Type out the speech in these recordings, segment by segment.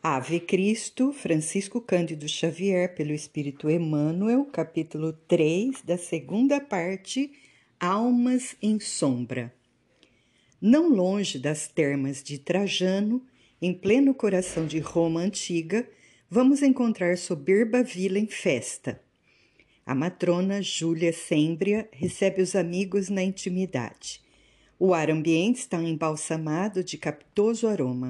Ave Cristo, Francisco Cândido Xavier, pelo Espírito Emmanuel, capítulo 3, da segunda parte, Almas em Sombra. Não longe das termas de Trajano, em pleno coração de Roma antiga, vamos encontrar soberba vila em festa. A matrona Júlia Sêmbria recebe os amigos na intimidade. O ar ambiente está embalsamado de capitoso aroma.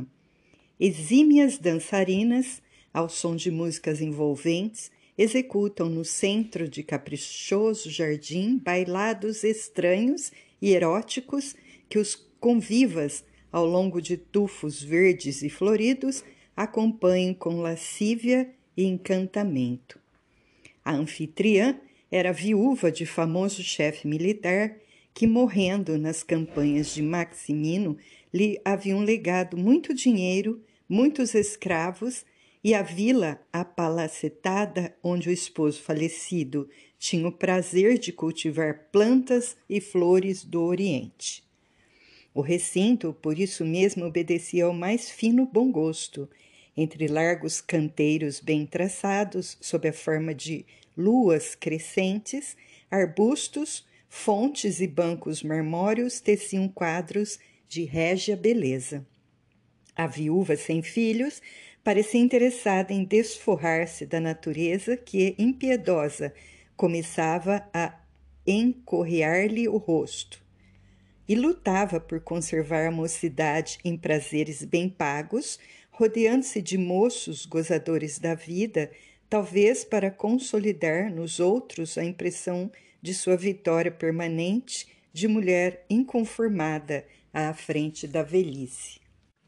Exímias dançarinas, ao som de músicas envolventes, executam no centro de caprichoso jardim bailados estranhos e eróticos que os convivas, ao longo de tufos verdes e floridos, acompanham com lascívia e encantamento. A anfitriã era viúva de famoso chefe militar que, morrendo nas campanhas de Maximino, lhe haviam legado muito dinheiro, muitos escravos e a vila apalacetada onde o esposo falecido tinha o prazer de cultivar plantas e flores do Oriente. O recinto, por isso mesmo, obedecia ao mais fino bom gosto, entre largos canteiros bem traçados, sob a forma de luas crescentes, arbustos, fontes e bancos marmóreos teciam quadros de régia beleza. A viúva sem filhos parecia interessada em desforrar-se da natureza que, impiedosa, começava a encorrear-lhe o rosto. E lutava por conservar a mocidade em prazeres bem pagos, rodeando-se de moços gozadores da vida, talvez para consolidar nos outros a impressão de sua vitória permanente de mulher inconformada à frente da velhice.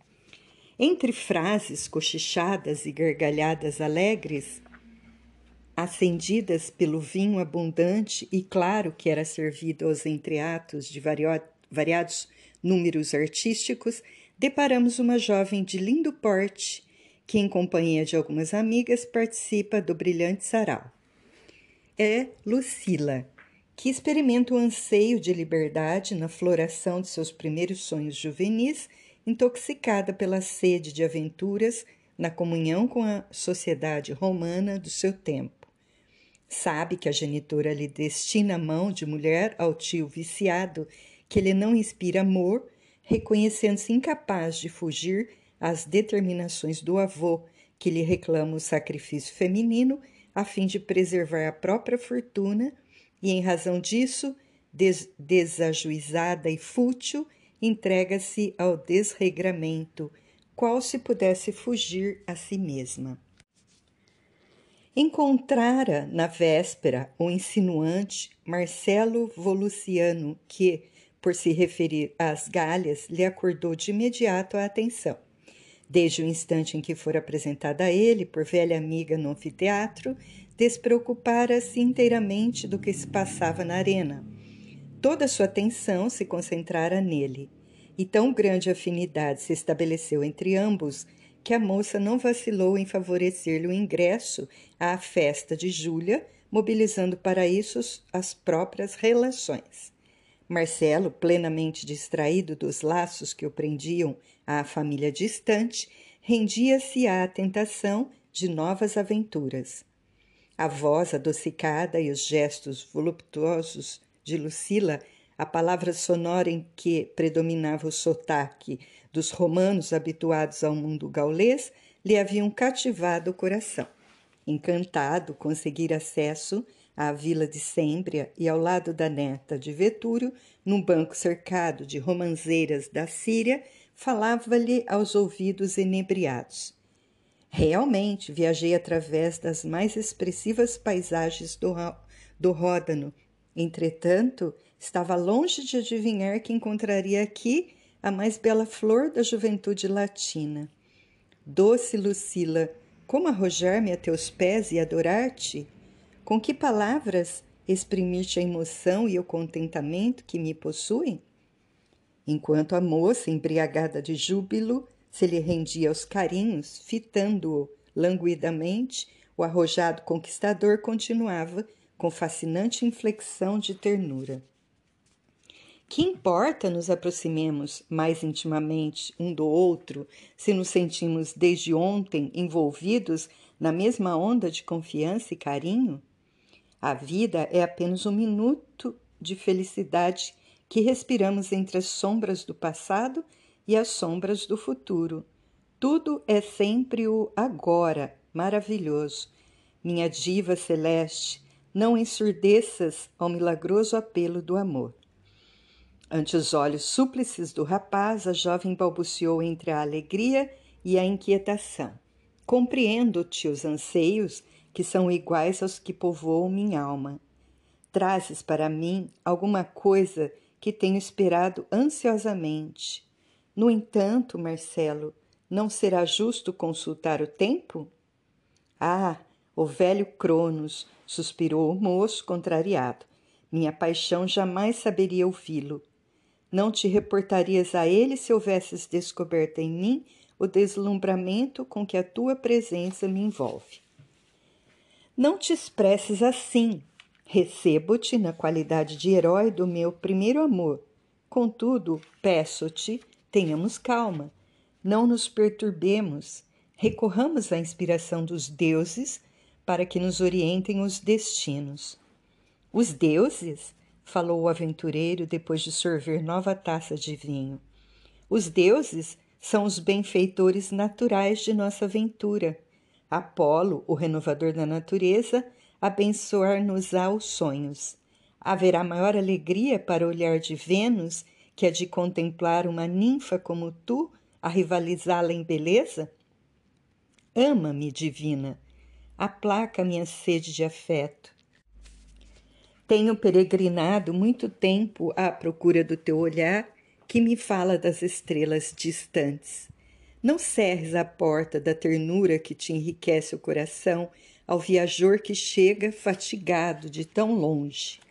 Entre frases cochichadas e gargalhadas alegres, acendidas pelo vinho abundante e claro que era servido aos entreatos de variados números artísticos, deparamos uma jovem de lindo porte que, em companhia de algumas amigas, participa do brilhante sarau. É Lucila, que experimenta o anseio de liberdade na floração de seus primeiros sonhos juvenis, intoxicada pela sede de aventuras na comunhão com a sociedade romana do seu tempo. Sabe que a genitora lhe destina a mão de mulher ao tio viciado, que lhe não inspira amor, reconhecendo-se incapaz de fugir às determinações do avô, que lhe reclama o sacrifício feminino a fim de preservar a própria fortuna e, em razão disso, desajuizada e fútil, entrega-se ao desregramento, qual se pudesse fugir a si mesma. Encontrara na véspera o insinuante Marcelo Voluciano, que, por se referir às galhas, lhe acordou de imediato a atenção. Desde o instante em que fora apresentada a ele por velha amiga no anfiteatro, despreocupara-se inteiramente do que se passava na arena. Toda sua atenção se concentrara nele, e tão grande afinidade se estabeleceu entre ambos que a moça não vacilou em favorecer-lhe o ingresso à festa de Júlia, mobilizando para isso as próprias relações. Marcelo, plenamente distraído dos laços que o prendiam à família distante, rendia-se à tentação de novas aventuras. A voz adocicada e os gestos voluptuosos de Lucila, a palavra sonora em que predominava o sotaque dos romanos habituados ao mundo gaulês, lhe haviam cativado o coração. Encantado, conseguir acesso à vila de Sêmbria e ao lado da neta de Vetúrio, num banco cercado de romanceiras da Síria, falava-lhe aos ouvidos inebriados. Realmente viajei através das mais expressivas paisagens do Ródano. Entretanto, estava longe de adivinhar que encontraria aqui a mais bela flor da juventude latina. Doce Lucila, como arrojar-me a teus pés e adorar-te? Com que palavras exprimir-te a emoção e o contentamento que me possuem? Enquanto a moça, embriagada de júbilo, se lhe rendia aos carinhos, fitando-o languidamente, o arrojado conquistador continuava com fascinante inflexão de ternura. Que importa nos aproximemos mais intimamente um do outro se nos sentimos desde ontem envolvidos na mesma onda de confiança e carinho? A vida é apenas um minuto de felicidade que respiramos entre as sombras do passado e as sombras do futuro. Tudo é sempre o agora, maravilhoso. Minha diva celeste, não ensurdeças ao milagroso apelo do amor. Ante os olhos súplices do rapaz, a jovem balbuciou entre a alegria e a inquietação. Compreendo-te os anseios que são iguais aos que povoam minha alma. Trazes para mim alguma coisa que tenho esperado ansiosamente. No entanto, Marcelo, não será justo consultar o tempo? Ah, o velho Cronos, suspirou o moço contrariado. Minha paixão jamais saberia ouvi-lo. Não te reportarias a ele se houvesses descoberto em mim o deslumbramento com que a tua presença me envolve. Não te expresses assim. Recebo-te na qualidade de herói do meu primeiro amor. Contudo, peço-te, tenhamos calma. Não nos perturbemos. Recorramos à inspiração dos deuses para que nos orientem os destinos. Os deuses? Falou o aventureiro depois de sorver nova taça de vinho. Os deuses são os benfeitores naturais de nossa aventura. Apolo, o renovador da natureza, abençoar-nos-á os sonhos. Haverá maior alegria para o olhar de Vênus que a de contemplar uma ninfa como tu a rivalizá-la em beleza? Ama-me, divina, aplaca minha sede de afeto. Tenho peregrinado muito tempo à procura do teu olhar que me fala das estrelas distantes. Não cerres a porta da ternura que te enriquece o coração ao viajor que chega fatigado de tão longe.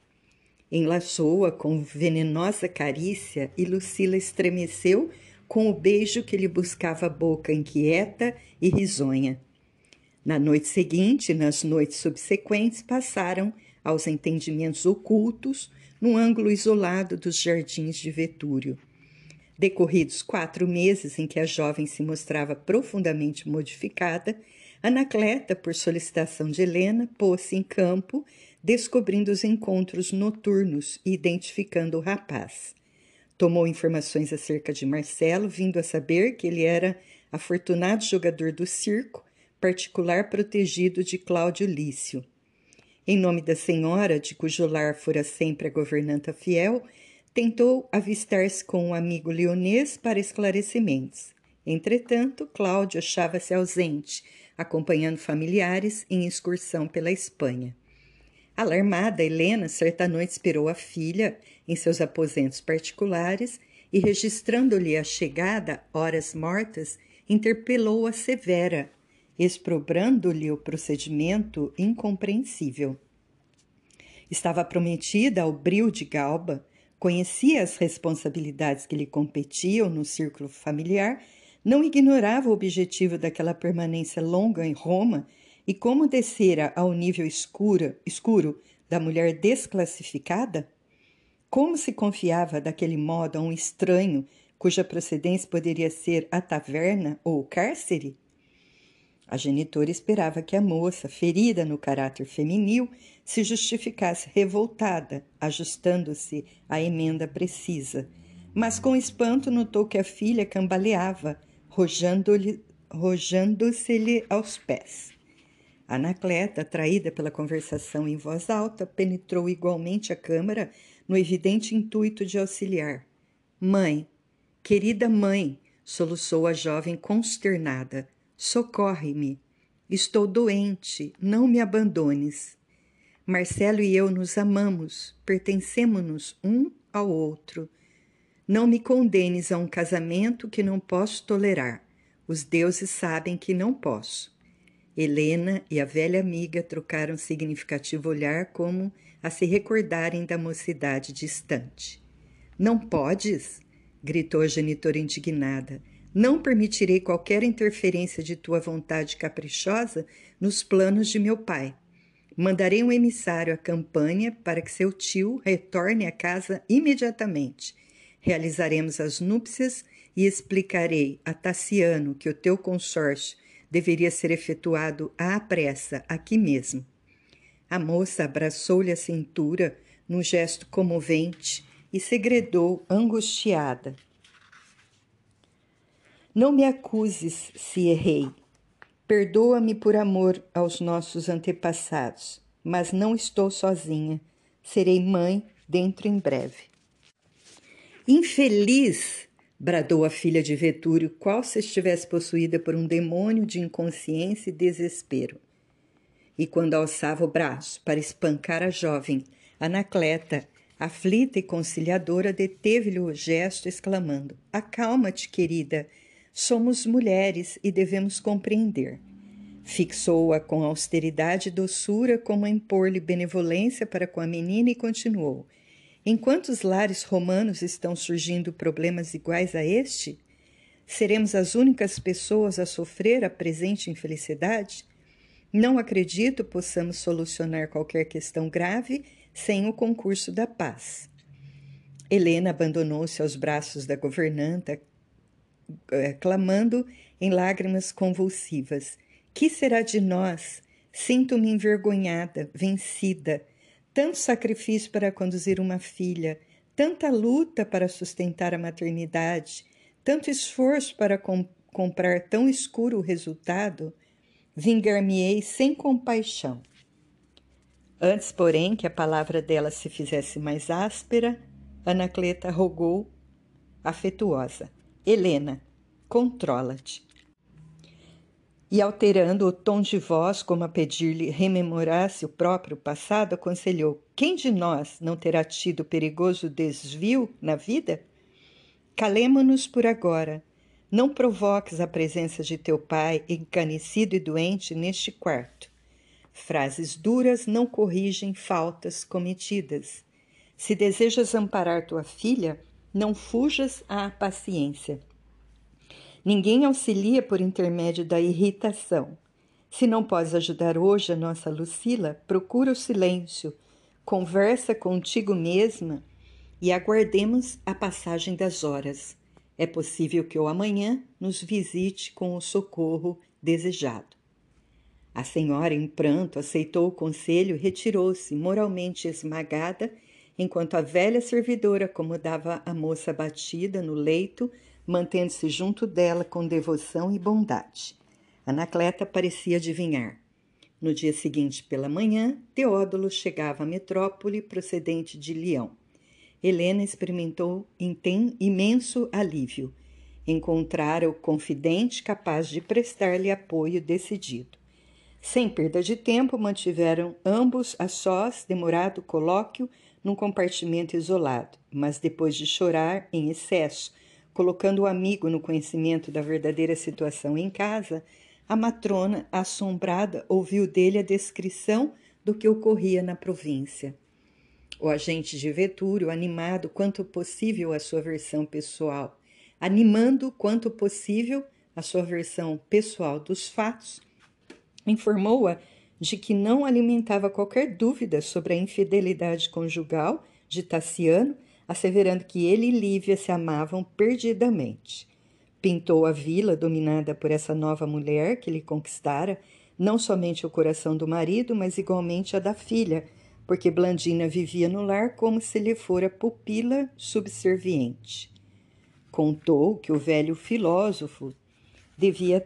Enlaçou-a com venenosa carícia e Lucila estremeceu com o beijo que lhe buscava a boca inquieta e risonha. Na noite seguinte e nas noites subsequentes passaram aos entendimentos ocultos num ângulo isolado dos jardins de Vetúrio. Decorridos 4 meses em que a jovem se mostrava profundamente modificada, Anacleta, por solicitação de Helena, pôs-se em campo, descobrindo os encontros noturnos e identificando o rapaz. Tomou informações acerca de Marcelo, vindo a saber que ele era afortunado jogador do circo, particular protegido de Cláudio Lício. Em nome da senhora, de cujo lar fora sempre a governanta fiel, tentou avistar-se com um amigo leonês para esclarecimentos. Entretanto, Cláudio achava-se ausente, acompanhando familiares em excursão pela Espanha. Alarmada, Helena certa noite esperou a filha em seus aposentos particulares e, registrando-lhe a chegada, horas mortas, interpelou-a severa, exprobrando-lhe o procedimento incompreensível. Estava prometida ao brio de Galba, conhecia as responsabilidades que lhe competiam no círculo familiar, não ignorava o objetivo daquela permanência longa em Roma e como descera ao nível escuro da mulher desclassificada? Como se confiava daquele modo a um estranho cuja procedência poderia ser a taverna ou o cárcere? A genitora esperava que a moça, ferida no caráter feminil, se justificasse revoltada, ajustando-se à emenda precisa. Mas com espanto notou que a filha cambaleava, rojando-se-lhe aos pés. Anacleta, atraída pela conversação em voz alta, penetrou igualmente a câmara no evidente intuito de auxiliar. Mãe, querida mãe, soluçou a jovem consternada. Socorre-me. Estou doente, não me abandones. Marcelo e eu nos amamos, pertencemo-nos um ao outro. Não me condenes a um casamento que não posso tolerar. Os deuses sabem que não posso. Helena e a velha amiga trocaram significativo olhar como a se recordarem da mocidade distante. Não podes? Gritou a genitora indignada. Não permitirei qualquer interferência de tua vontade caprichosa nos planos de meu pai. Mandarei um emissário à campanha para que seu tio retorne à casa imediatamente. Realizaremos as núpcias e explicarei a Tassiano que o teu consórcio deveria ser efetuado à pressa, aqui mesmo. A moça abraçou-lhe a cintura num gesto comovente e segredou, angustiada: Não me acuses se errei. Perdoa-me por amor aos nossos antepassados, mas não estou sozinha. Serei mãe dentro em breve. Infeliz! Bradou a filha de Vetúrio, qual se estivesse possuída por um demônio de inconsciência e desespero. E quando alçava o braço para espancar a jovem, Anacleta, aflita e conciliadora, deteve-lhe o gesto, exclamando: Acalma-te, querida, somos mulheres e devemos compreender. Fixou-a com austeridade e doçura, como a impor-lhe benevolência para com a menina, e continuou: Em quantos lares romanos estão surgindo problemas iguais a este? Seremos as únicas pessoas a sofrer a presente infelicidade? Não acredito possamos solucionar qualquer questão grave sem o concurso da paz. Helena abandonou-se aos braços da governanta, clamando em lágrimas convulsivas: Que será de nós? Sinto-me envergonhada, vencida. Tanto sacrifício para conduzir uma filha, tanta luta para sustentar a maternidade, tanto esforço para comprar tão escuro resultado. Vingar-me-ei sem compaixão. Antes, porém, que a palavra dela se fizesse mais áspera, Anacleta rogou, afetuosa: Helena, controla-te. E, alterando o tom de voz, como a pedir-lhe rememorasse o próprio passado, aconselhou: Quem de nós não terá tido perigoso desvio na vida? Calemo-nos por agora. Não provoques a presença de teu pai, encanecido e doente, neste quarto. Frases duras não corrigem faltas cometidas. Se desejas amparar tua filha, não fujas à paciência. Ninguém auxilia por intermédio da irritação. Se não podes ajudar hoje a nossa Lucila, procura o silêncio, conversa contigo mesma e aguardemos a passagem das horas. É possível que o amanhã nos visite com o socorro desejado. A senhora, em pranto, aceitou o conselho e retirou-se, moralmente esmagada, enquanto a velha servidora acomodava a moça abatida no leito, mantendo-se junto dela com devoção e bondade. Anacleta parecia adivinhar. No dia seguinte, pela manhã, Teódulo chegava à metrópole procedente de Leão. Helena experimentou imenso alívio. Encontrara o confidente capaz de prestar-lhe apoio decidido. Sem perda de tempo, mantiveram ambos a sós demorado colóquio num compartimento isolado, mas depois de chorar em excesso, colocando o amigo no conhecimento da verdadeira situação em casa, a matrona, assombrada, ouviu dele a descrição do que ocorria na província. O agente de Vetúrio, animado quanto possível a sua versão pessoal, animando quanto possível a sua versão pessoal dos fatos, informou-a de que não alimentava qualquer dúvida sobre a infidelidade conjugal de Tassiano, asseverando que ele e Lívia se amavam perdidamente. Pintou a vila dominada por essa nova mulher que lhe conquistara não somente o coração do marido, mas igualmente a da filha, porque Blandina vivia no lar como se lhe fora pupila subserviente. Contou que o velho filósofo devia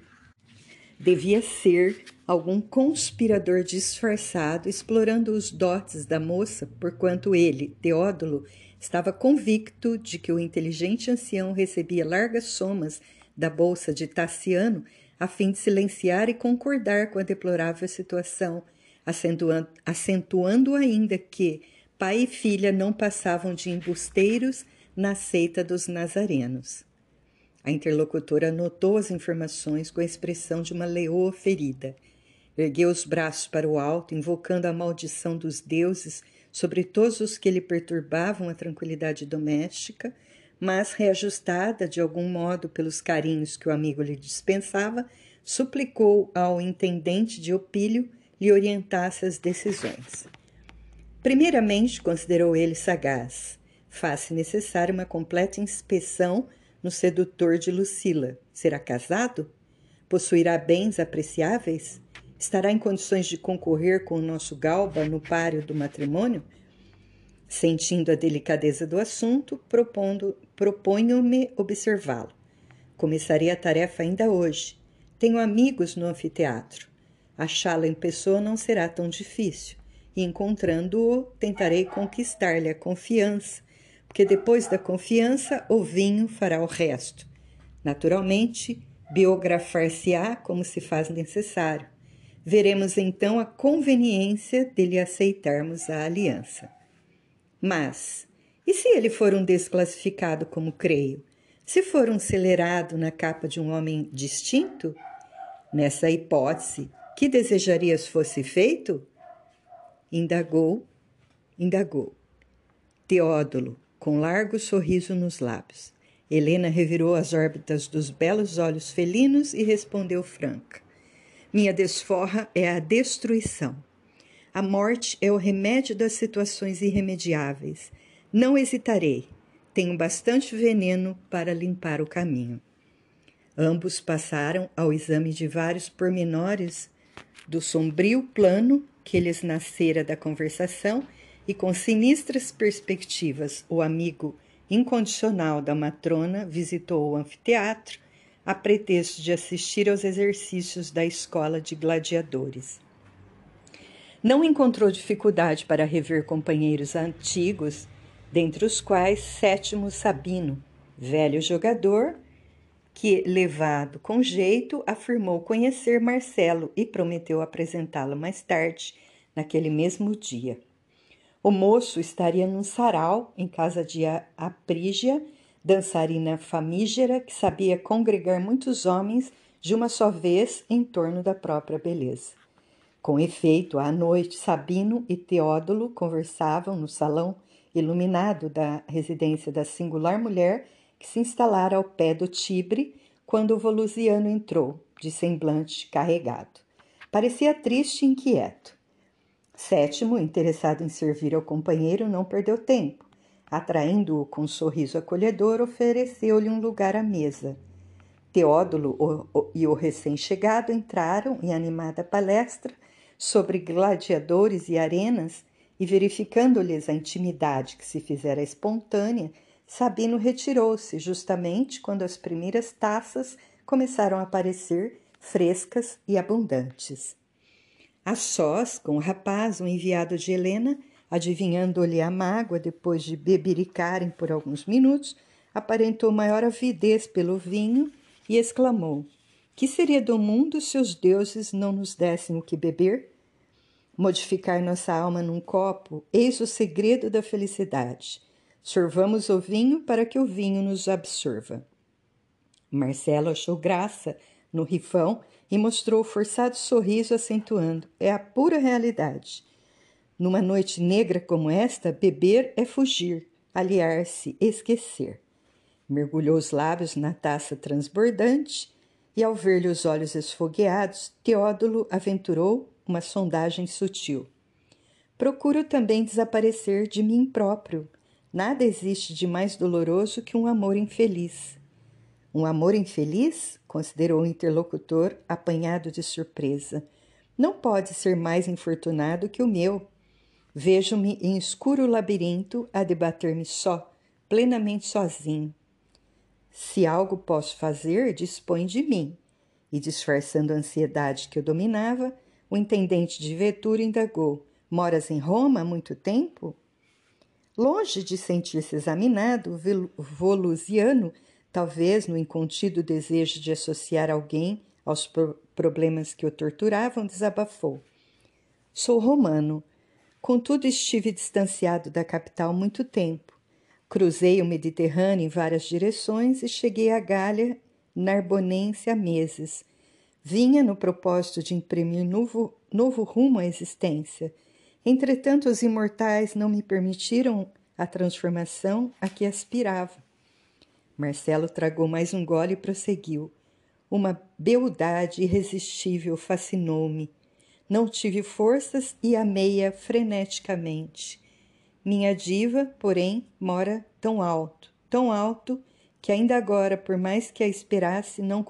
ser algum conspirador disfarçado explorando os dotes da moça, porquanto ele, Teódulo, estava convicto de que o inteligente ancião recebia largas somas da bolsa de Tassiano a fim de silenciar e concordar com a deplorável situação, acentuando ainda que pai e filha não passavam de embusteiros na seita dos nazarenos. A interlocutora anotou as informações com a expressão de uma leoa ferida. Ergueu os braços para o alto, invocando a maldição dos deuses sobre todos os que lhe perturbavam a tranquilidade doméstica, mas, reajustada de algum modo pelos carinhos que o amigo lhe dispensava, suplicou ao intendente de Opílio lhe orientasse as decisões. Primeiramente, considerou ele sagaz, faz-se necessária uma completa inspeção no sedutor de Lucila. Será casado? Possuirá bens apreciáveis? Estará em condições de concorrer com o nosso Galba no páreo do matrimônio? Sentindo a delicadeza do assunto, proponho-me observá-lo. Começarei a tarefa ainda hoje. Tenho amigos no anfiteatro. Achá-lo em pessoa não será tão difícil, e encontrando-o, tentarei conquistar-lhe a confiança, porque depois da confiança, o vinho fará o resto. Naturalmente, biografar-se-á como se faz necessário. Veremos então a conveniência de lhe aceitarmos a aliança. Mas, e se ele for um desclassificado como creio? Se for um celerado na capa de um homem distinto? Nessa hipótese, que desejarias fosse feito? Indagou. Teódulo, com largo sorriso nos lábios. Helena revirou as órbitas dos belos olhos felinos e respondeu franca. Minha desforra é a destruição. A morte é o remédio das situações irremediáveis. Não hesitarei. Tenho bastante veneno para limpar o caminho. Ambos passaram ao exame de vários pormenores do sombrio plano que lhes nascera da conversação e, com sinistras perspectivas, o amigo incondicional da matrona visitou o anfiteatro a pretexto de assistir aos exercícios da escola de gladiadores. Não encontrou dificuldade para rever companheiros antigos, dentre os quais Sétimo Sabino, velho jogador, que, levado com jeito, afirmou conhecer Marcelo e prometeu apresentá-lo mais tarde, naquele mesmo dia. O moço estaria num sarau, em casa de Aprígia, dançarina famígera que sabia congregar muitos homens de uma só vez em torno da própria beleza. Com efeito, à noite, Sabino e Teódulo conversavam no salão iluminado da residência da singular mulher que se instalara ao pé do Tibre quando o Volusiano entrou, de semblante carregado. Parecia triste e inquieto. Sétimo, interessado em servir ao companheiro, não perdeu tempo. Atraindo-o com um sorriso acolhedor, ofereceu-lhe um lugar à mesa. Teódulo e o recém-chegado entraram em animada palestra sobre gladiadores e arenas e, verificando-lhes a intimidade que se fizera espontânea, Sabino retirou-se justamente quando as primeiras taças começaram a aparecer frescas e abundantes. A sós, com o rapaz, o enviado de Helena, adivinhando-lhe a mágoa depois de bebericarem por alguns minutos, aparentou maior avidez pelo vinho e exclamou: que seria do mundo se os deuses não nos dessem o que beber? Modificar nossa alma num copo, eis o segredo da felicidade. Sorvamos o vinho para que o vinho nos absorva. Marcelo achou graça no rifão e mostrou o forçado sorriso acentuando: é a pura realidade. Numa noite negra como esta, beber é fugir, aliar-se, esquecer. Mergulhou os lábios na taça transbordante e, ao ver-lhe os olhos esfogueados, Teódulo aventurou uma sondagem sutil. Procuro também desaparecer de mim próprio. Nada existe de mais doloroso que um amor infeliz. Um amor infeliz? Considerou o interlocutor, apanhado de surpresa. Não pode ser mais infortunado que o meu. Vejo-me em escuro labirinto a debater-me só, plenamente sozinho. Se algo posso fazer, dispõe de mim. E, disfarçando a ansiedade que o dominava, o intendente de Vetúrio indagou: moras em Roma há muito tempo? Longe de sentir-se examinado, Volusiano, talvez no incontido desejo de associar alguém aos problemas que o torturavam, desabafou: sou romano, contudo estive distanciado da capital muito tempo. Cruzei o Mediterrâneo em várias direções e cheguei à Gália Narbonense há meses. Vinha no propósito de imprimir novo rumo à existência. Entretanto, os imortais não me permitiram a transformação a que aspirava. Marcelo tragou mais um gole e prosseguiu: uma beldade irresistível fascinou-me. não tive forças e amei-a freneticamente. Minha diva, porém, mora tão alto, que ainda agora, por mais que a esperasse, não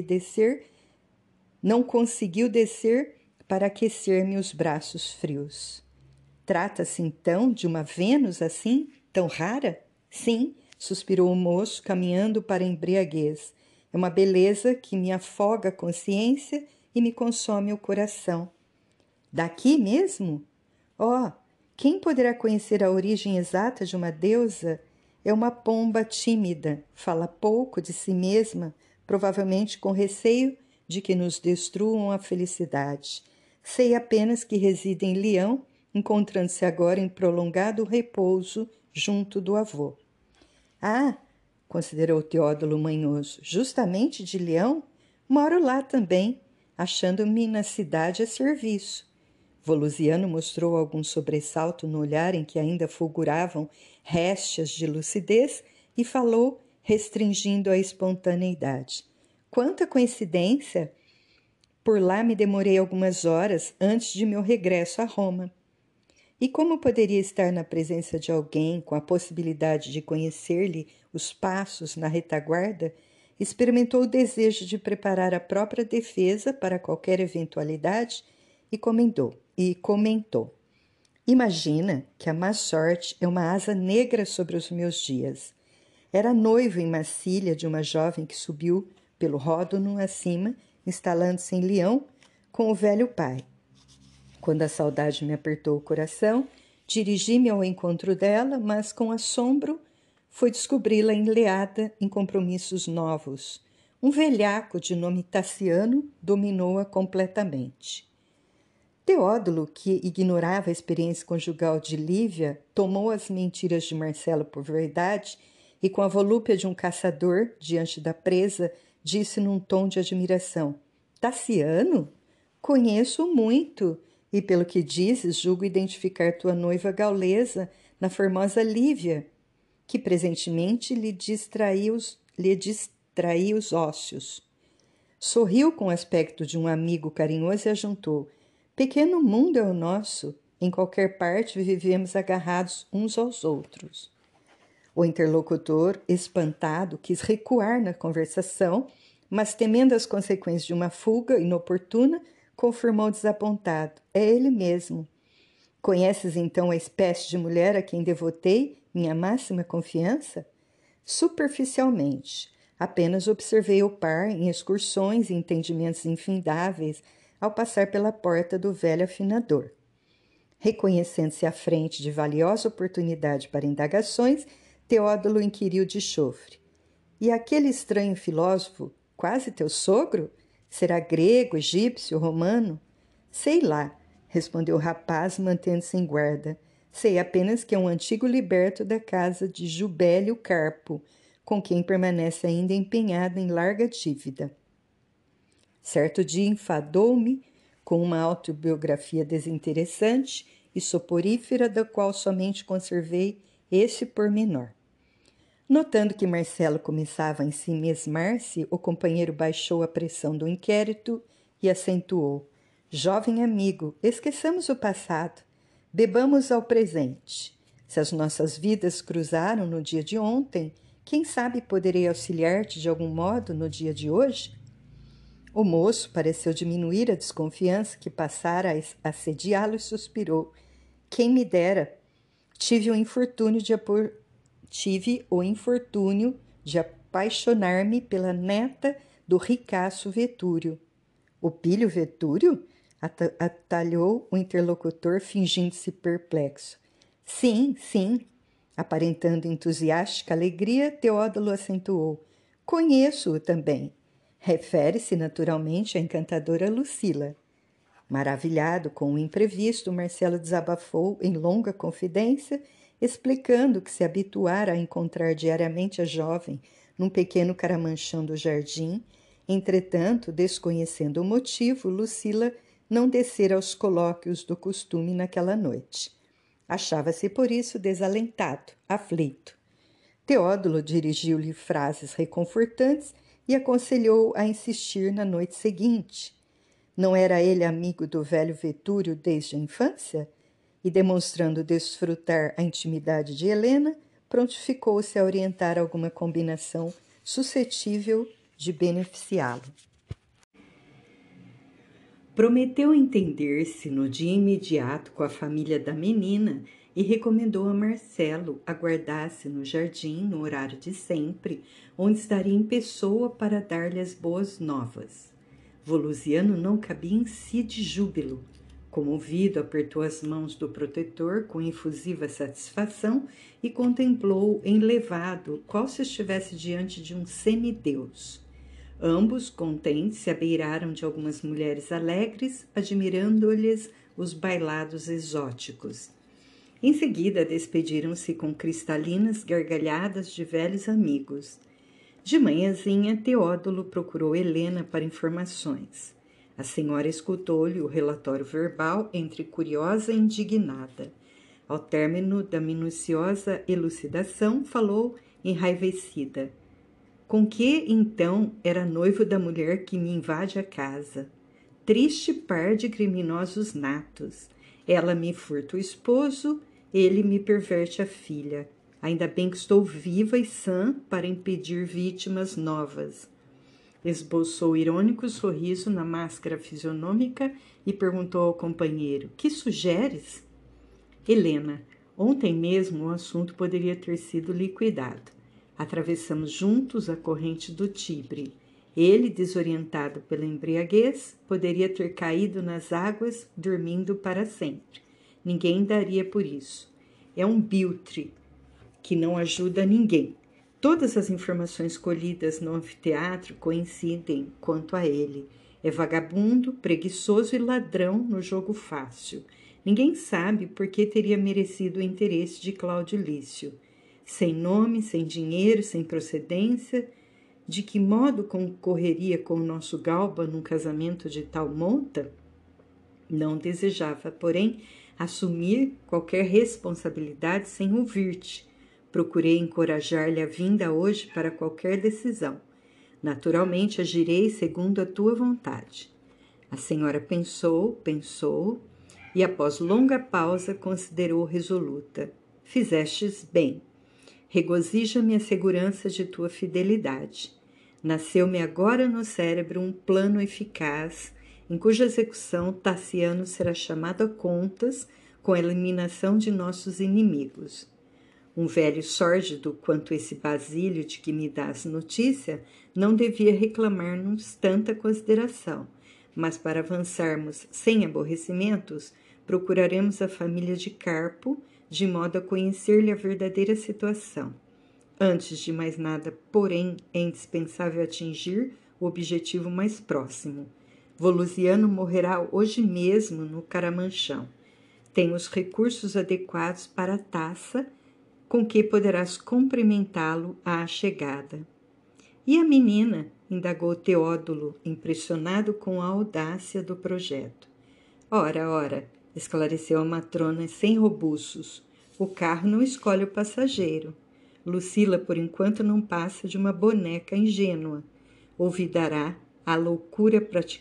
conseguiu descer para aquecer-me os braços frios. Trata-se então de uma Vênus assim, tão rara? Sim, suspirou o moço, caminhando para a embriaguez. É uma beleza que me afoga a consciência e me consome o coração. Daqui mesmo? Oh, quem poderá conhecer a origem exata de uma deusa? É uma pomba tímida, fala pouco de si mesma, provavelmente com receio de que nos destruam a felicidade. Sei apenas que reside em Leão, encontrando-se agora em prolongado repouso junto do avô. Ah, considerou Teódulo manhoso, justamente de Leão? Moro lá também, achando-me na cidade a serviço. Volusiano mostrou algum sobressalto no olhar em que ainda fulguravam réstias de lucidez e falou, restringindo a espontaneidade. Quanta coincidência! Por lá me demorei algumas horas antes de meu regresso a Roma. E como poderia estar na presença de alguém com a possibilidade de conhecer-lhe os passos na retaguarda, experimentou o desejo de preparar a própria defesa para qualquer eventualidade e comentou. Imagina que a má sorte é uma asa negra sobre os meus dias. Era noivo em Massília de uma jovem que subiu pelo Ródono acima, instalando-se em Leão com o velho pai. Quando a saudade me apertou o coração, dirigi-me ao encontro dela, mas com assombro fui descobri-la enleada em compromissos novos. Um velhaco de nome Tassiano dominou-a completamente. Teódulo, que ignorava a experiência conjugal de Lívia, tomou as mentiras de Marcelo por verdade e, com a volúpia de um caçador diante da presa, disse num tom de admiração: Tassiano? Conheço muito, e pelo que dizes, julgo identificar tua noiva gaulesa na formosa Lívia, que presentemente lhe distraía os ósseos. Sorriu com o aspecto de um amigo carinhoso e ajuntou: Pequeno mundo é o nosso, em qualquer parte vivemos agarrados uns aos outros. O interlocutor, espantado, quis recuar na conversação, mas temendo as consequências de uma fuga inoportuna, confirmou desapontado: É ele mesmo. Conheces então a espécie de mulher a quem devotei minha máxima confiança? Superficialmente. Apenas observei o par em excursões e entendimentos infindáveis ao passar pela porta do velho afinador. Reconhecendo-se à frente de valiosa oportunidade para indagações, Teódulo inquiriu de chofre. E aquele estranho filósofo, quase teu sogro? Será grego, egípcio, romano? Sei lá, respondeu o rapaz, mantendo-se em guarda. Sei apenas que é um antigo liberto da casa de Jubélio Carpo, com quem permanece ainda empenhado em larga dívida. Certo dia enfadou-me com uma autobiografia desinteressante e soporífera, da qual somente conservei esse pormenor. Notando que Marcelo começava a ensimesmar-se, o companheiro baixou a pressão do inquérito e acentuou: Jovem amigo, esqueçamos o passado, bebamos ao presente. Se as nossas vidas cruzaram no dia de ontem, quem sabe poderei auxiliar-te de algum modo no dia de hoje? O moço pareceu diminuir a desconfiança que passara a assediá-lo e suspirou: Quem me dera! Tive o infortúnio de apaixonar-me pela neta do ricaço Vetúrio. O pilho Vetúrio? Atalhou o interlocutor, fingindo-se perplexo. Sim, sim. Aparentando entusiástica alegria, Teódulo acentuou: Conheço-o também. Refere-se naturalmente à encantadora Lucila. Maravilhado com o imprevisto, Marcelo desabafou em longa confidência, explicando que se habituara a encontrar diariamente a jovem num pequeno caramanchão do jardim. Entretanto, desconhecendo o motivo, Lucila não descera aos colóquios do costume naquela noite. Achava-se por isso desalentado, aflito. Teódulo dirigiu-lhe frases reconfortantes e aconselhou a insistir na noite seguinte. Não era ele amigo do velho Vetúrio desde a infância? E, demonstrando desfrutar a intimidade de Helena, prontificou-se a orientar alguma combinação suscetível de beneficiá-lo. Prometeu entender-se no dia imediato com a família da menina e recomendou a Marcelo aguardasse no jardim no horário de sempre, onde estaria em pessoa para dar-lhe as boas novas. Volusiano não cabia em si de júbilo. Comovido, apertou as mãos do protetor com efusiva satisfação e contemplou enlevado, qual se estivesse diante de um semideus. Ambos, contentes, se abeiraram de algumas mulheres alegres, admirando-lhes os bailados exóticos. Em seguida, despediram-se com cristalinas gargalhadas de velhos amigos. De manhãzinha, Teódulo procurou Helena para informações. A senhora escutou-lhe o relatório verbal entre curiosa e indignada. Ao término da minuciosa elucidação, falou enraivecida. Com que, então, era noivo da mulher que me invade a casa? Triste par de criminosos natos. Ela me furta o esposo, ele me perverte a filha. Ainda bem que estou viva e sã para impedir vítimas novas. Esboçou irônico sorriso na máscara fisionômica e perguntou ao companheiro, que sugeres? Helena, ontem mesmo o assunto poderia ter sido liquidado. Atravessamos juntos a corrente do Tibre. Ele, desorientado pela embriaguez, poderia ter caído nas águas, dormindo para sempre. Ninguém daria por isso. É um biltre que não ajuda ninguém. Todas as informações colhidas no anfiteatro coincidem quanto a ele. É vagabundo, preguiçoso e ladrão no jogo fácil. Ninguém sabe por que teria merecido o interesse de Cláudio Lício. Sem nome, sem dinheiro, sem procedência, de que modo concorreria com o nosso Galba num casamento de tal monta? Não desejava, porém, assumir qualquer responsabilidade sem ouvir-te. Procurei encorajar-lhe a vinda hoje para qualquer decisão. Naturalmente, agirei segundo a tua vontade. A senhora pensou, e após longa pausa considerou resoluta. Fizestes bem. Regozija-me a segurança de tua fidelidade. Nasceu-me agora no cérebro um plano eficaz, em cuja execução Tassiano será chamado a contas com a eliminação de nossos inimigos. Um velho sórdido quanto esse Basílio de que me dás notícia não devia reclamar-nos tanta consideração, mas para avançarmos sem aborrecimentos, procuraremos a família de Carpo, de modo a conhecer-lhe a verdadeira situação. Antes de mais nada, porém, é indispensável atingir o objetivo mais próximo. Volusiano morrerá hoje mesmo no Caramanchão. Tem os recursos adequados para a taça com que poderás cumprimentá-lo à chegada. E a menina? Indagou Teódulo, impressionado com a audácia do projeto. Ora, esclareceu a matrona sem robuços. O carro não escolhe o passageiro. Lucila, por enquanto, não passa de uma boneca ingênua. Ouvidará a loucura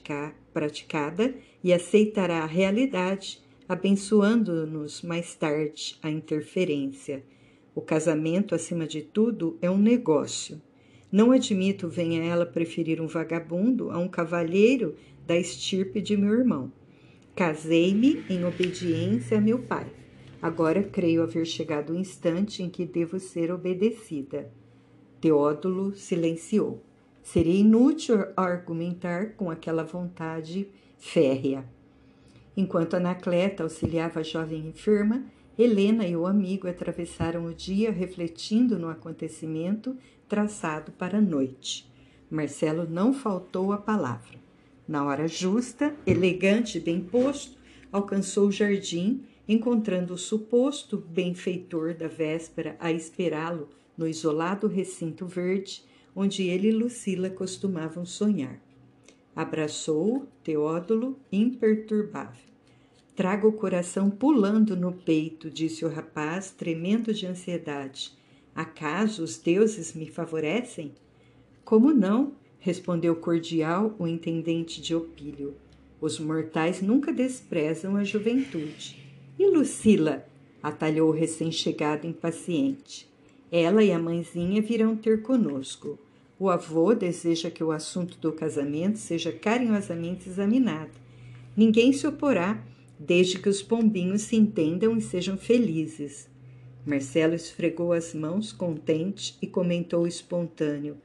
praticada e aceitará a realidade, abençoando-nos mais tarde a interferência. O casamento, acima de tudo, é um negócio. Não admito venha ela preferir um vagabundo a um cavalheiro da estirpe de meu irmão. Casei-me em obediência a meu pai. Agora creio haver chegado o instante em que devo ser obedecida. Teódulo silenciou. Seria inútil argumentar com aquela vontade férrea. Enquanto Anacleta auxiliava a jovem enferma, Helena e o amigo atravessaram o dia refletindo no acontecimento traçado para a noite. Marcelo não faltou a palavra. Na hora justa, elegante e bem posto, alcançou o jardim, encontrando o suposto benfeitor da véspera a esperá-lo no isolado recinto verde, onde ele e Lucila costumavam sonhar. Abraçou-o, Teódulo, imperturbável. Trago o coração pulando no peito, disse o rapaz, tremendo de ansiedade. Acaso os deuses me favorecem? Como não? Respondeu cordial o intendente de Opílio. Os mortais nunca desprezam a juventude. E Lucila? Atalhou o recém-chegado impaciente. Ela e a mãezinha virão ter conosco. O avô deseja que o assunto do casamento seja carinhosamente examinado. Ninguém se oporá, desde que os pombinhos se entendam e sejam felizes. Marcelo esfregou as mãos contente e comentou espontâneo.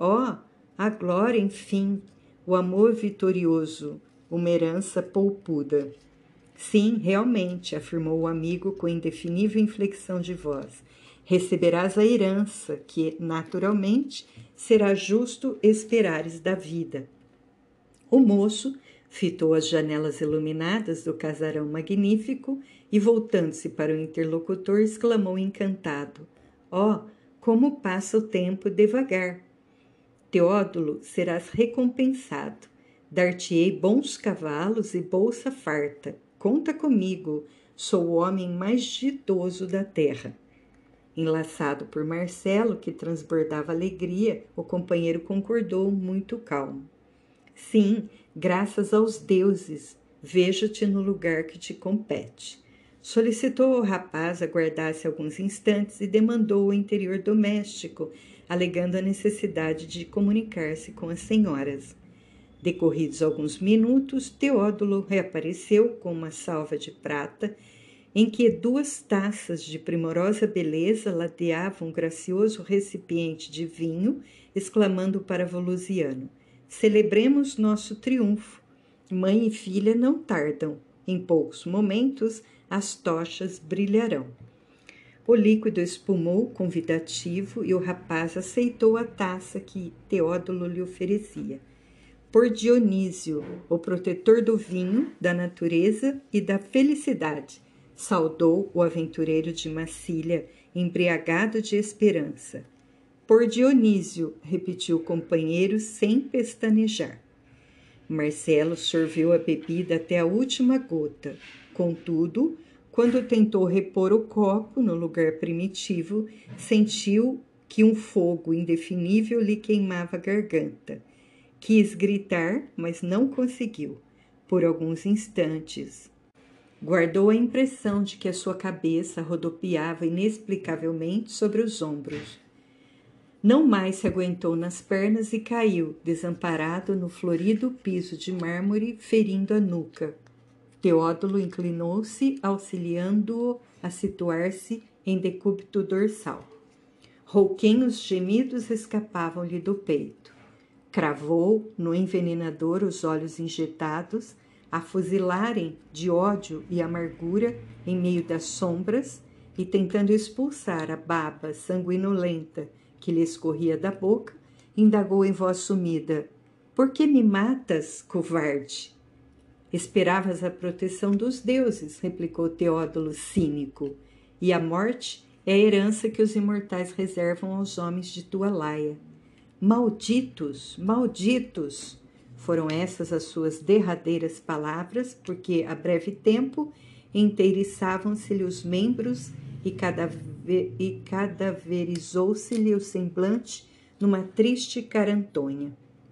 A glória, enfim, o amor vitorioso, uma herança polpuda. Sim, realmente, afirmou o amigo com indefinível inflexão de voz. Receberás a herança que, naturalmente, será justo esperares da vida. O moço fitou as janelas iluminadas do casarão magnífico e, voltando-se para o interlocutor, exclamou encantado. Como passa o tempo devagar! Teódulo, serás recompensado. Dar-te-ei bons cavalos e bolsa farta. Conta comigo, sou o homem mais ditoso da terra. Enlaçado por Marcelo, que transbordava alegria, o companheiro concordou muito calmo. Sim, graças aos deuses, vejo-te no lugar que te compete. Solicitou ao rapaz aguardasse alguns instantes e demandou o interior doméstico, alegando a necessidade de comunicar-se com as senhoras. Decorridos alguns minutos, Teódulo reapareceu com uma salva de prata, em que 2 taças de primorosa beleza ladeavam um gracioso recipiente de vinho, exclamando para Volusiano: celebremos nosso triunfo. Mãe e filha não tardam. Em poucos momentos, as tochas brilharão. O líquido espumou convidativo e o rapaz aceitou a taça que Teódulo lhe oferecia. Por Dionísio, o protetor do vinho, da natureza e da felicidade, saudou o aventureiro de Massília, embriagado de esperança. Por Dionísio, repetiu o companheiro sem pestanejar. Marcelo sorveu a bebida até a última gota. Contudo, quando tentou repor o copo no lugar primitivo, sentiu que um fogo indefinível lhe queimava a garganta. Quis gritar, mas não conseguiu. Por alguns instantes, guardou a impressão de que a sua cabeça rodopiava inexplicavelmente sobre os ombros. Não mais se aguentou nas pernas e caiu, desamparado no florido piso de mármore, ferindo a nuca. Teódulo inclinou-se, auxiliando-o a situar-se em decúbito dorsal. Rouquenhos gemidos escapavam-lhe do peito. Cravou no envenenador os olhos injetados, a fuzilarem de ódio e amargura em meio das sombras, e tentando expulsar a baba sanguinolenta que lhe escorria da boca, indagou em voz sumida: por que me matas, covarde? Esperavas a proteção dos deuses, replicou Teódulo cínico, e a morte é a herança que os imortais reservam aos homens de tua laia. Malditos, malditos! Foram essas as suas derradeiras palavras, porque a breve tempo inteiriçavam-se-lhe os membros e cadaverizou-se-lhe o semblante numa triste carantonha.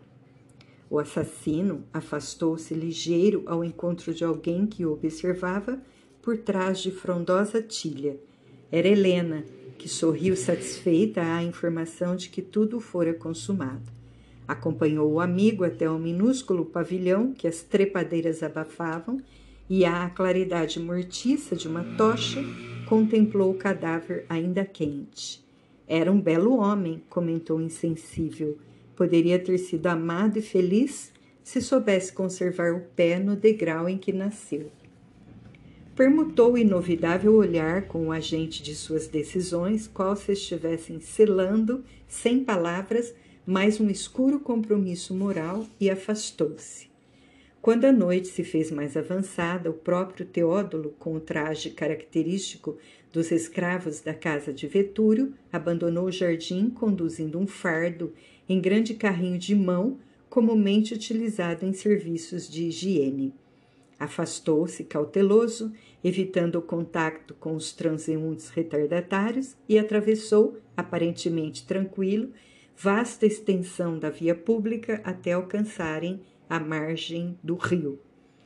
O assassino afastou-se ligeiro ao encontro de alguém que o observava por trás de frondosa tilha. Era Helena, que sorriu satisfeita à informação de que tudo fora consumado. Acompanhou o amigo até o minúsculo pavilhão que as trepadeiras abafavam e, à claridade mortiça de uma tocha, contemplou o cadáver ainda quente. Era um belo homem, comentou insensível. Poderia ter sido amado e feliz se soubesse conservar o pé no degrau em que nasceu. Permutou o inovidável olhar com o agente de suas decisões, qual se estivessem selando, sem palavras, mais um escuro compromisso moral, e afastou-se. Quando a noite se fez mais avançada, o próprio Teódulo, com o traje característico dos escravos da casa de Vetúrio, abandonou o jardim conduzindo um fardo em grande carrinho de mão, comumente utilizado em serviços de higiene. Afastou-se cauteloso, evitando o contacto com os transeuntes retardatários, e atravessou, aparentemente tranquilo, vasta extensão da via pública até alcançarem a margem do rio.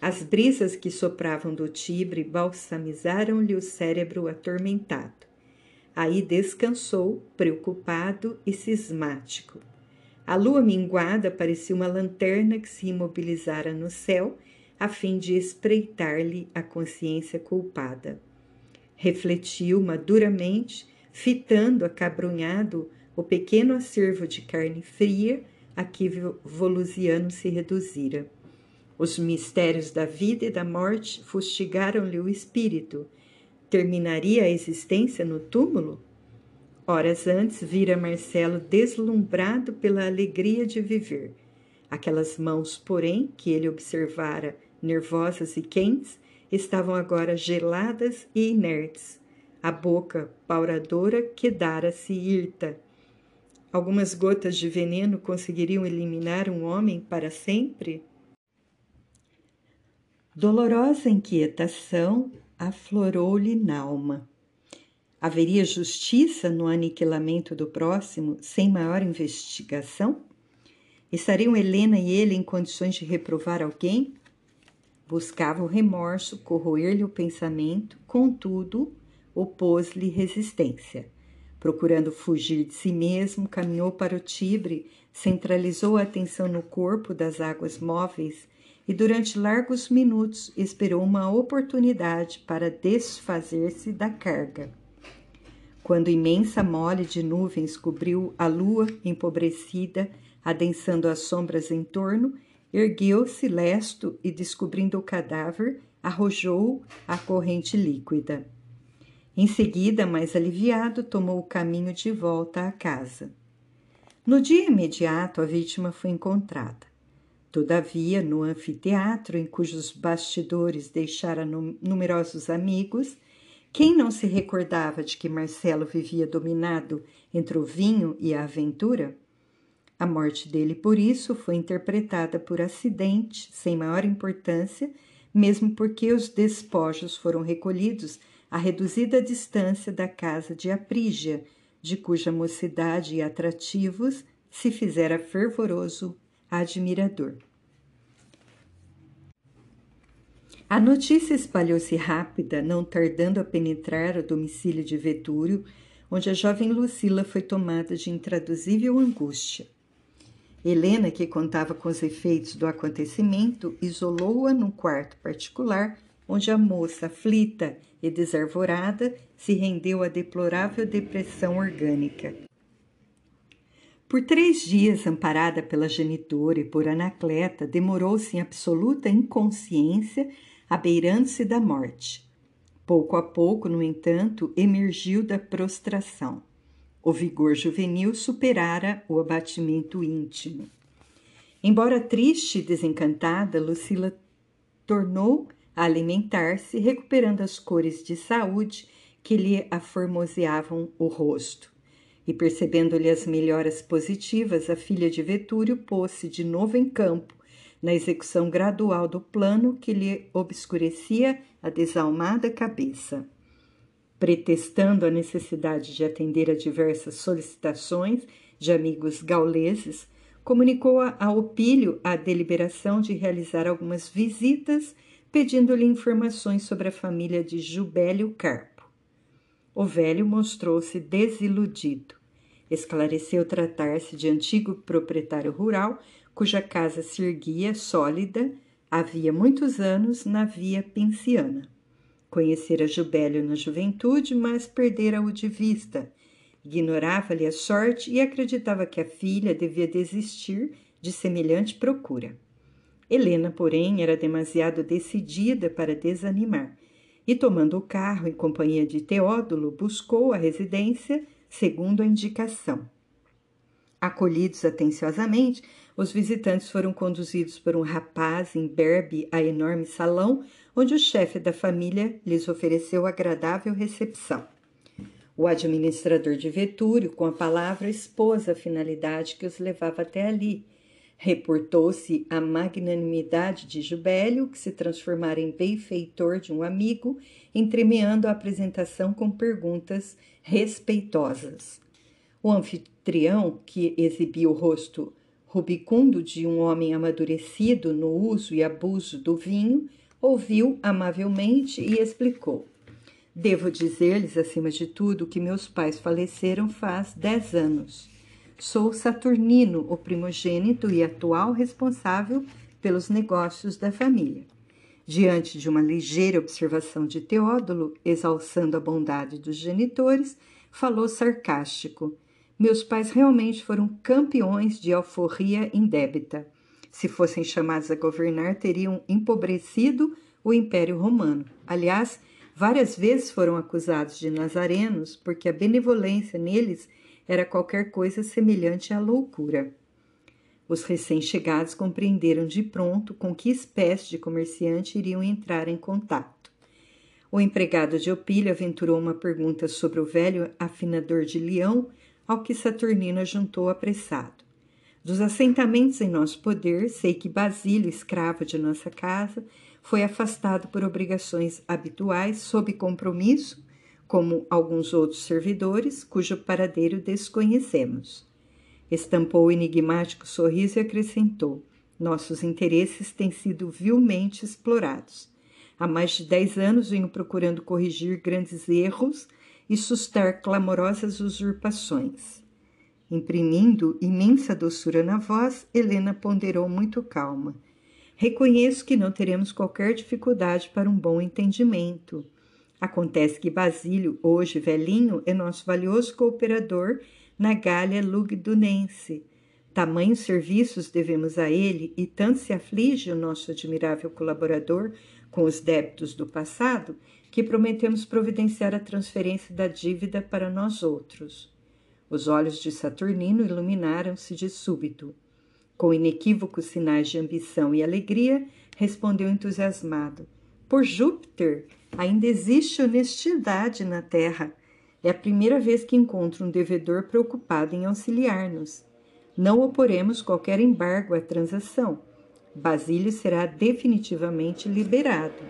As brisas que sopravam do Tibre balsamizaram-lhe o cérebro atormentado. Aí descansou, preocupado e cismático. A lua minguada parecia uma lanterna que se imobilizara no céu, a fim de espreitar-lhe a consciência culpada. Refletiu maduramente, fitando acabrunhado o pequeno acervo de carne fria a que Volusiano se reduzira. Os mistérios da vida e da morte fustigaram-lhe o espírito. Terminaria a existência no túmulo? Horas antes vira Marcelo deslumbrado pela alegria de viver. Aquelas mãos, porém, que ele observara nervosas e quentes, estavam agora geladas e inertes. A boca pauradora quedara-se hirta. Algumas gotas de veneno conseguiriam eliminar um homem para sempre? Dolorosa inquietação aflorou-lhe n'alma. Haveria justiça no aniquilamento do próximo sem maior investigação? Estariam Helena e ele em condições de reprovar alguém? Buscava o remorso corroer-lhe o pensamento, contudo, opôs-lhe resistência. Procurando fugir de si mesmo, caminhou para o Tibre, centralizou a atenção no corpo das águas móveis e durante largos minutos esperou uma oportunidade para desfazer-se da carga. Quando imensa mole de nuvens cobriu a lua empobrecida, adensando as sombras em torno, ergueu-se lesto e, descobrindo o cadáver, arrojou-o à corrente líquida. Em seguida, mais aliviado, tomou o caminho de volta à casa. No dia imediato, a vítima foi encontrada. Todavia, no anfiteatro, em cujos bastidores deixara numerosos amigos, quem não se recordava de que Marcelo vivia dominado entre o vinho e a aventura? A morte dele, por isso, foi interpretada por acidente, sem maior importância, mesmo porque os despojos foram recolhidos à reduzida distância da casa de Aprígia, de cuja mocidade e atrativos se fizera fervoroso admirador. A notícia espalhou-se rápida, não tardando a penetrar o domicílio de Vetúrio, onde a jovem Lucila foi tomada de intraduzível angústia. Helena, que contava com os efeitos do acontecimento, isolou-a num quarto particular, onde a moça, aflita e desarvorada, se rendeu à deplorável depressão orgânica. Por 3 dias, amparada pela genitora e por Anacleta, demorou-se em absoluta inconsciência, abeirando-se da morte. Pouco a pouco, no entanto, emergiu da prostração. O vigor juvenil superara o abatimento íntimo. Embora triste e desencantada, Lucila tornou a alimentar-se, recuperando as cores de saúde que lhe aformoseavam o rosto. E percebendo-lhe as melhoras positivas, a filha de Vetúrio pôs-se de novo em campo, na execução gradual do plano que lhe obscurecia a desalmada cabeça. Pretextando a necessidade de atender a diversas solicitações de amigos gauleses, comunicou a Opílio a deliberação de realizar algumas visitas, pedindo-lhe informações sobre a família de Jubélio Carpo. O velho mostrou-se desiludido. Esclareceu tratar-se de antigo proprietário rural, cuja casa se erguia sólida havia muitos anos na via Pinciana. Conhecera Jubélio na juventude, mas perdera-o de vista. Ignorava-lhe a sorte e acreditava que a filha devia desistir de semelhante procura. Helena, porém, era demasiado decidida para desanimar, e, tomando o carro em companhia de Teódulo, buscou a residência segundo a indicação. Acolhidos atenciosamente, os visitantes foram conduzidos por um rapaz imberbe a enorme salão, onde o chefe da família lhes ofereceu agradável recepção. O administrador de Vetúrio, com a palavra, expôs a finalidade que os levava até ali. Reportou-se a magnanimidade de Jubélio, que se transformara em benfeitor de um amigo, entremeando a apresentação com perguntas respeitosas. O anfitrião, que exibia o rosto rubicundo de um homem amadurecido no uso e abuso do vinho, ouviu amavelmente e explicou. Devo dizer-lhes, acima de tudo, que meus pais faleceram faz 10 anos. Sou Saturnino, o primogênito e atual responsável pelos negócios da família. Diante de uma ligeira observação de Teódulo, exalçando a bondade dos genitores, falou sarcástico. Meus pais realmente foram campeões de alforria indébita. Se fossem chamados a governar, teriam empobrecido o Império Romano. Aliás, várias vezes foram acusados de nazarenos, porque a benevolência neles era qualquer coisa semelhante à loucura. Os recém-chegados compreenderam de pronto com que espécie de comerciante iriam entrar em contato. O empregado de Opílio aventurou uma pergunta sobre o velho afinador de Leão, ao que Saturnino juntou apressado. Dos assentamentos em nosso poder, sei que Basílio, escravo de nossa casa, foi afastado por obrigações habituais sob compromisso, como alguns outros servidores, cujo paradeiro desconhecemos. Estampou o enigmático sorriso e acrescentou: nossos interesses têm sido vilmente explorados. Há mais de 10 anos venho procurando corrigir grandes erros e sustar clamorosas usurpações. Imprimindo imensa doçura na voz, Helena ponderou muito calma. Reconheço que não teremos qualquer dificuldade para um bom entendimento. Acontece que Basílio, hoje velhinho, é nosso valioso cooperador na Gália Lugdunense. Tamanhos serviços devemos a ele e tanto se aflige o nosso admirável colaborador com os débitos do passado que prometemos providenciar a transferência da dívida para nós outros. Os olhos de Saturnino iluminaram-se de súbito. Com inequívocos sinais de ambição e alegria, respondeu entusiasmado. Por Júpiter, ainda existe honestidade na terra. É a primeira vez que encontro um devedor preocupado em auxiliar-nos. Não oporemos qualquer embargo à transação. Basílio será definitivamente liberado.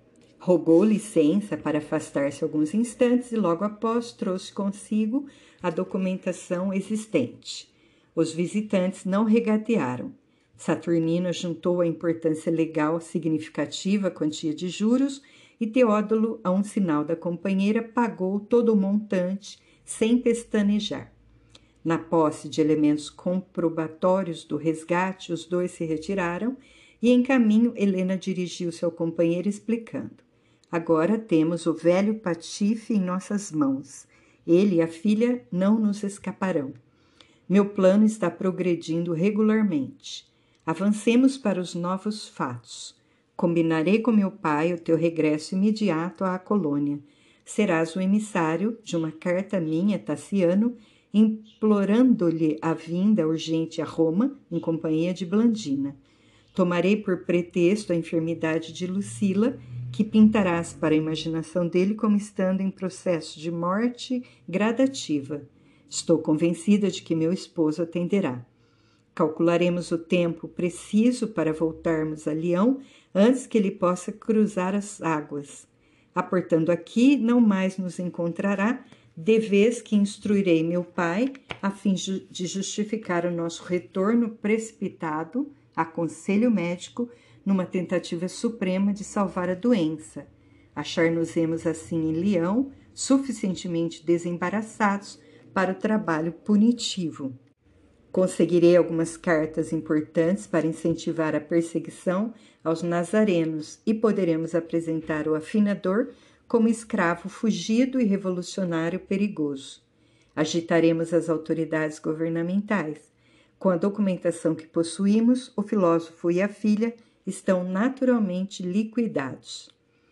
Rogou licença para afastar-se alguns instantes e logo após trouxe consigo a documentação existente. Os visitantes não regatearam. Saturnino juntou a importância legal significativa quantia de juros e Teódulo, a um sinal da companheira, pagou todo o montante sem pestanejar. Na posse de elementos comprobatórios do resgate, os dois se retiraram e, em caminho, Helena dirigiu-se ao companheiro explicando. Agora temos o velho patife em nossas mãos. Ele e a filha não nos escaparão. Meu plano está progredindo regularmente. Avancemos para os novos fatos. Combinarei com meu pai o teu regresso imediato à colônia. Serás o emissário de uma carta minha, Tassiano, implorando-lhe a vinda urgente a Roma, em companhia de Blandina. Tomarei por pretexto a enfermidade de Lucila, que pintarás para a imaginação dele como estando em processo de morte gradativa. Estou convencida de que meu esposo atenderá. Calcularemos o tempo preciso para voltarmos a Leão antes que ele possa cruzar as águas. Aportando aqui, não mais nos encontrará, de vez que instruirei meu pai, a fim de justificar o nosso retorno precipitado a conselho médico numa tentativa suprema de salvar a doença. Achar-nos-emos assim em Leão, suficientemente desembaraçados para o trabalho punitivo. Conseguirei algumas cartas importantes para incentivar a perseguição aos nazarenos e poderemos apresentar o afinador como escravo fugido e revolucionário perigoso. Agitaremos as autoridades governamentais. Com a documentação que possuímos, o filósofo e a filha estão naturalmente liquidados.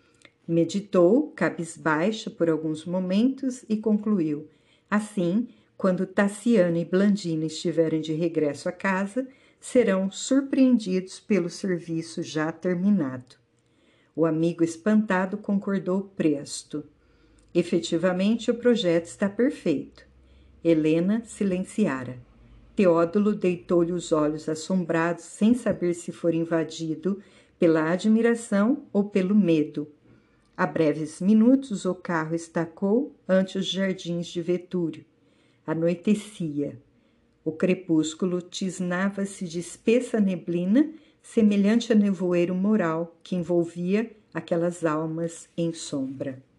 Meditou, cabisbaixa, por alguns momentos e concluiu. Assim, quando Tassiano e Blandina estiverem de regresso à casa, serão surpreendidos pelo serviço já terminado. O amigo espantado concordou presto. Efetivamente, o projeto está perfeito. Helena silenciara. Teódulo deitou-lhe os olhos assombrados, sem saber se fora invadido pela admiração ou pelo medo. A breves minutos, o carro estacou ante os jardins de Vetúrio. Anoitecia. O crepúsculo tisnava-se de espessa neblina, semelhante a nevoeiro moral que envolvia aquelas almas em sombra.